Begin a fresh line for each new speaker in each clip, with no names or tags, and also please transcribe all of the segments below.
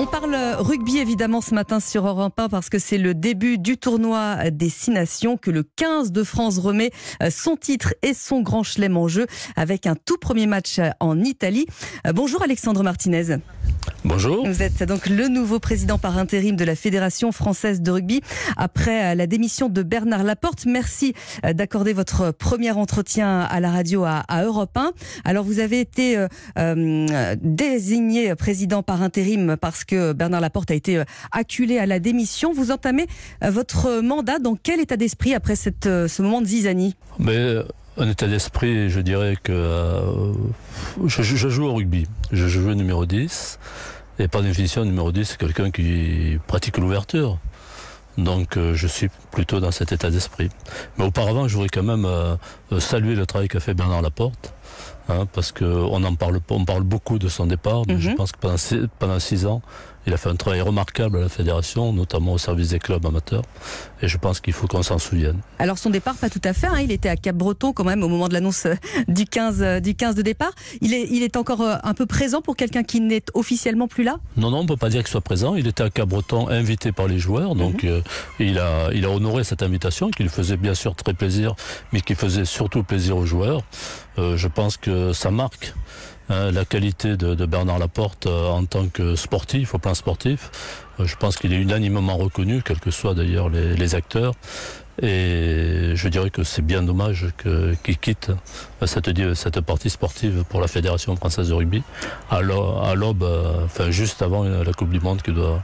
On parle rugby évidemment ce matin sur Europe 1 parce que c'est le début du tournoi des 6 nations que le 15 de France remet son titre et son grand chelem en jeu avec un tout premier match en Italie. Bonjour Alexandre Martinez.
Bonjour.
Vous êtes donc le nouveau président par intérim de la Fédération française de rugby après la démission de Bernard Laporte. Merci d'accorder votre premier entretien à la radio à Europe 1. Alors vous avez été désigné président par intérim parce que Bernard Laporte a été acculé à la démission. Vous entamez votre mandat dans quel état d'esprit après ce moment de zizanie ?
Un état d'esprit, je dirais que je joue au rugby. Je joue numéro 10. Et par définition, numéro 10, c'est quelqu'un qui pratique l'ouverture. Donc je suis plutôt dans cet état d'esprit. Mais auparavant, je voudrais quand même saluer le travail qu'a fait Bernard Laporte. Parce qu'on parle beaucoup de son départ, mais je pense que pendant 6 ans, il a fait un travail remarquable à la fédération, notamment au service des clubs amateurs, et je pense qu'il faut qu'on s'en souvienne. Alors son départ, pas tout à fait, il était à Cap-Breton quand même au moment de l'annonce du 15 de départ. Il est encore un peu présent pour quelqu'un qui n'est officiellement plus là ? Non, on ne peut pas dire qu'il soit présent, il était à Cap-Breton invité par les joueurs, donc il a honoré cette invitation, qui lui faisait bien sûr très plaisir, mais qui faisait surtout plaisir aux joueurs. Je pense que ça marque la qualité de Bernard Laporte en tant que sportif, au plan sportif. Je pense qu'il est unanimement reconnu, quels que soient d'ailleurs les acteurs. Et je dirais que c'est bien dommage qu'il quitte cette partie sportive pour la Fédération française de rugby à l'aube, juste avant la Coupe du Monde qui doit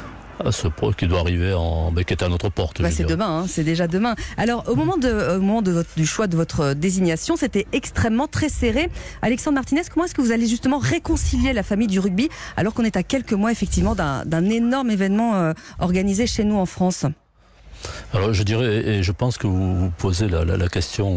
arriver, qui est à notre porte.
C'est demain, c'est déjà demain. Alors, au moment du choix de votre désignation, c'était extrêmement très serré. Alexandre Martinez, comment est-ce que vous allez justement réconcilier la famille du rugby alors qu'on est à quelques mois effectivement d'un énorme événement organisé chez nous en France ?
Alors, je dirais, et je pense que vous posez la question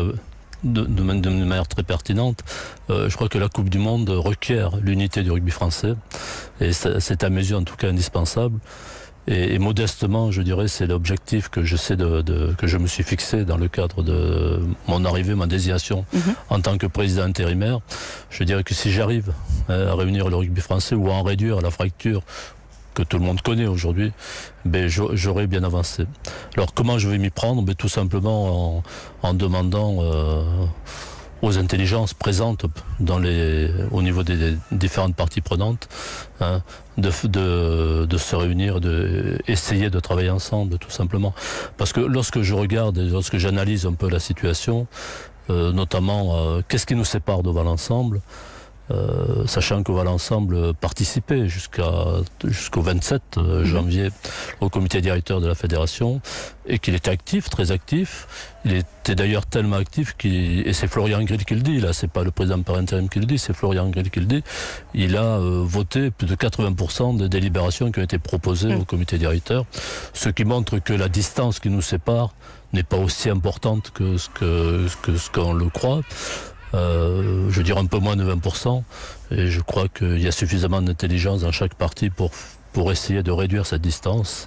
de manière très pertinente. Je crois que la Coupe du Monde requiert l'unité du rugby français et c'est à mes yeux en tout cas indispensable et modestement je dirais c'est l'objectif que que je me suis fixé dans le cadre de mon arrivée, ma désignation en tant que président intérimaire. Je dirais que si j'arrive à réunir le rugby français ou à en réduire la fracture que tout le monde connaît aujourd'hui, j'aurais bien avancé. Alors comment je vais m'y prendre ? Tout simplement en demandant aux intelligences présentes au niveau des différentes parties prenantes de se réunir, d'essayer de travailler ensemble tout simplement. Parce que lorsque je regarde et lorsque j'analyse un peu la situation, notamment qu'est-ce qui nous sépare de Val-Ensemble, sachant que Val-Ensemble participait jusqu'au 27 janvier au comité directeur de la fédération et qu'il était actif, très actif. Il était d'ailleurs tellement actif et c'est Florian Grill qui le dit, là c'est pas le président par intérim qui le dit, c'est Florian Grill qui le dit. Il a voté plus de 80% des délibérations qui ont été proposées au comité directeur, ce qui montre que la distance qui nous sépare n'est pas aussi importante que ce qu'on le croit. Je veux dire un peu moins de 20%, et je crois qu'il y a suffisamment d'intelligence dans chaque partie pour essayer de réduire cette distance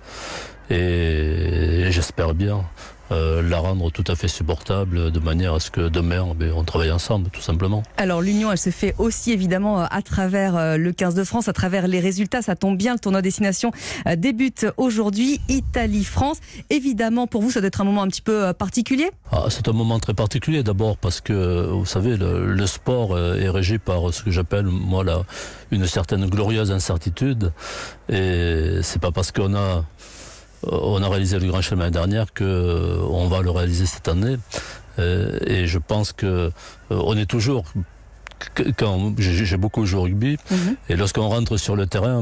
et j'espère bien la rendre tout à fait supportable de manière à ce que demain on travaille ensemble tout simplement. Alors l'union elle se fait aussi évidemment à travers le 15 de France, à travers les résultats, ça tombe bien, le tournoi Destination débute aujourd'hui, Italie-France. Évidemment pour vous ça doit être un moment un petit peu particulier. C'est un moment très particulier d'abord parce que vous savez le sport est régi par ce que j'appelle moi une certaine glorieuse incertitude et c'est pas parce qu'on a réalisé le Grand Chelem l'année dernière qu'on va le réaliser cette année. Et je pense qu'on est toujours... Quand j'ai beaucoup joué au rugby, et lorsqu'on rentre sur le terrain,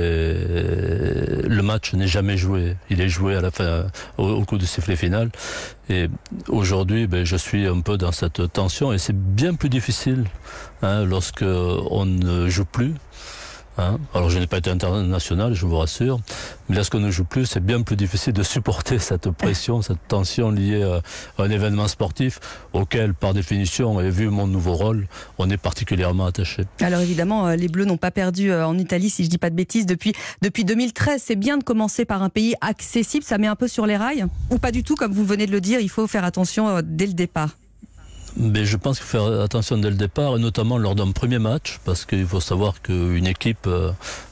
le match n'est jamais joué. Il est joué à la fin, au coup de sifflet final. Et aujourd'hui, je suis un peu dans cette tension, et c'est bien plus difficile lorsqu'on ne joue plus. Alors je n'ai pas été international, je vous rassure, mais lorsqu'on ne joue plus, c'est bien plus difficile de supporter cette pression, cette tension liée à un événement sportif auquel, par définition, et vu mon nouveau rôle, on est particulièrement attaché. Alors évidemment, les Bleus n'ont pas perdu en Italie, si je ne dis pas de bêtises, depuis 2013. C'est bien de commencer par un pays accessible, ça met un peu sur les rails ? Ou pas du tout, comme vous venez de le dire, il faut faire attention dès le départ ? Mais je pense qu'il faut faire attention dès le départ, et notamment lors d'un premier match, parce qu'il faut savoir qu'une équipe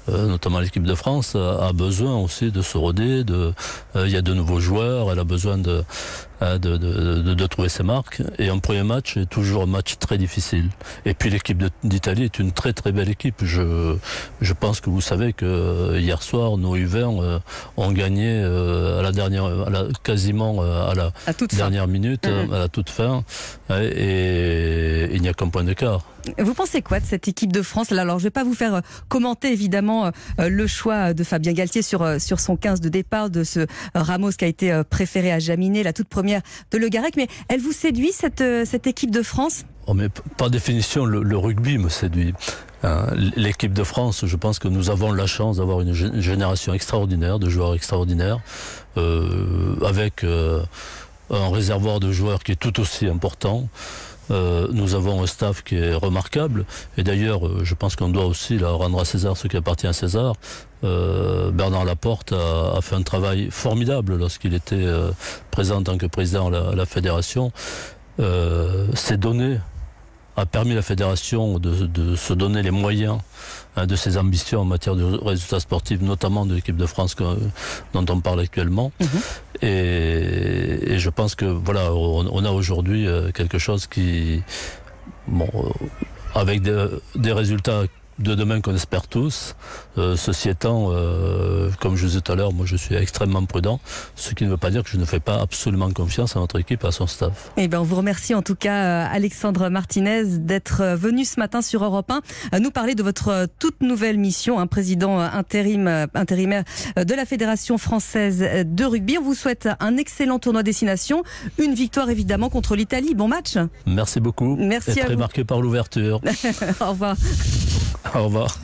notamment l'équipe de France, a besoin aussi de se roder. Il y a de nouveaux joueurs, elle a besoin de trouver ses marques. Et un premier match est toujours un match très difficile. Et puis l'équipe d'Italie est une très très belle équipe. Je pense que vous savez que hier soir, nos U20 ont gagné quasiment à la dernière minute, à la toute fin. Et il n'y a qu'un point d'écart.
Vous pensez quoi de cette équipe de France? Alors, je ne vais pas vous faire commenter évidemment le choix de Fabien Galtier sur son 15 de départ, de ce Ramos qui a été préféré à Jaminet, la toute première de Le Garec. Mais elle vous séduit cette équipe de France?
Mais par définition, le rugby me séduit. L'équipe de France, je pense que nous avons la chance d'avoir une génération extraordinaire, de joueurs extraordinaires, avec un réservoir de joueurs qui est tout aussi important. Nous avons un staff qui est remarquable, et d'ailleurs je pense qu'on doit aussi rendre à César ce qui appartient à César. Bernard Laporte a fait un travail formidable lorsqu'il était présent en tant que président à la fédération. Ces données a permis à la fédération de se donner les moyens de ses ambitions en matière de résultats sportifs, notamment de l'équipe de France dont on parle actuellement. Et je pense que voilà, on a aujourd'hui quelque chose qui, avec des résultats de demain qu'on espère tous. Ceci étant, comme je disais tout à l'heure, moi je suis extrêmement prudent, ce qui ne veut pas dire que je ne fais pas absolument confiance à notre équipe et à son staff.
Eh bien, on vous remercie en tout cas, Alexandre Martinez, d'être venu ce matin sur Europe 1 nous parler de votre toute nouvelle mission, président intérimaire de la Fédération française de rugby. On vous souhaite un excellent tournoi destination, une victoire évidemment contre l'Italie. Bon match.
Merci beaucoup.
Merci
et
à
très
vous.
marqué par l'ouverture.
Au revoir.
Au revoir.